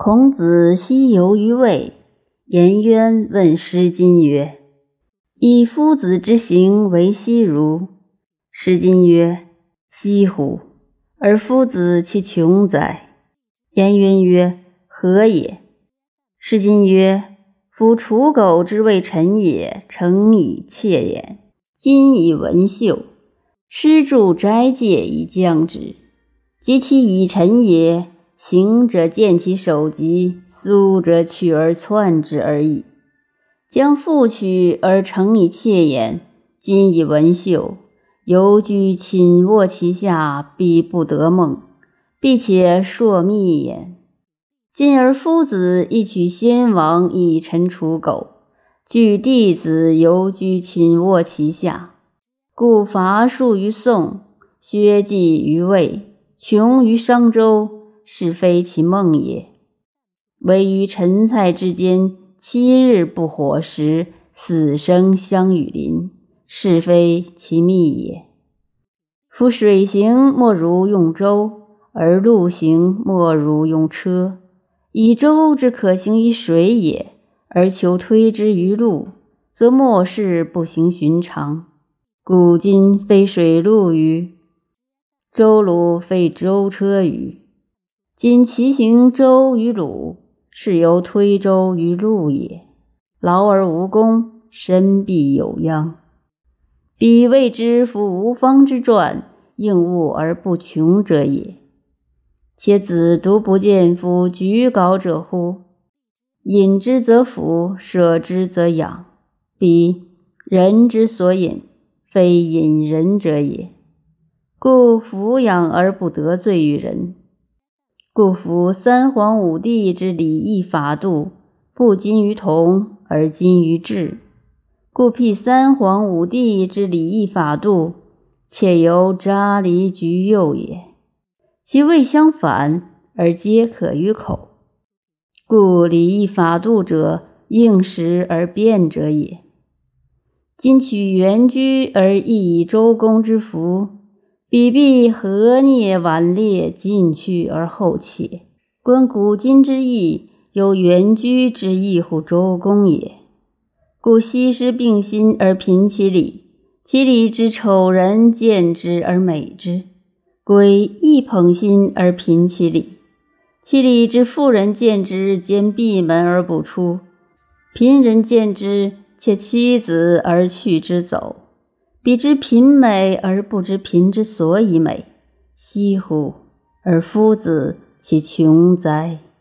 孔子西游于魏，颜渊问诗经曰：以夫子之行为西如？诗经曰：西乎！而夫子其穷哉！颜渊曰：何也？诗经曰：夫刍狗之谓臣也，诚以切焉。今以文秀，师助斋戒以将之。及其以臣也，行者见其首级，苏者取而窜之而已。将复取而诚以切焉，今以文秀，犹居寝卧其下，必不得梦，必且硕密焉。今而夫子亦取先王以臣刍狗，据弟子犹居寝卧其下，故伐树于宋，削稷于魏，穷于商周，是非其梦也。唯于陈蔡之间，7日不伙食，死生相与邻，是非其秘也。夫水行莫如用舟，而陆行莫如用车。以舟之可行于水也，而求推之于陆，则莫是不行寻常。古今非水陆于，舟鲁非舟车于。今其行舟于鲁，是由推舟于陆也。劳而无功，身必有殃。彼谓之夫无方之传，应物而不穷者也。且子独不见夫举稿者乎？饮之则服，舍之则养。彼人之所饮，非饮人者也。故俯仰而不得罪于人。故夫三皇五帝之礼义法度，不近于同，而近于治。故辟三皇五帝之礼义法度，且由札离居右也。其谓相反，而皆可于口。故礼义法度者，应时而变者也。今取原居而亦以周公之服，彼必和聂顽劣，进去而后切。观古今之义，有原居之义乎周公也。故西施并心而贫其礼，其礼之丑人见之而美之。归亦捧心而贫其礼，其礼之妇人见之，兼闭门而不出；贫人见之，且妻子而去之走。彼之贫美而不知贫之所以美，惜乎！而夫子其穷哉！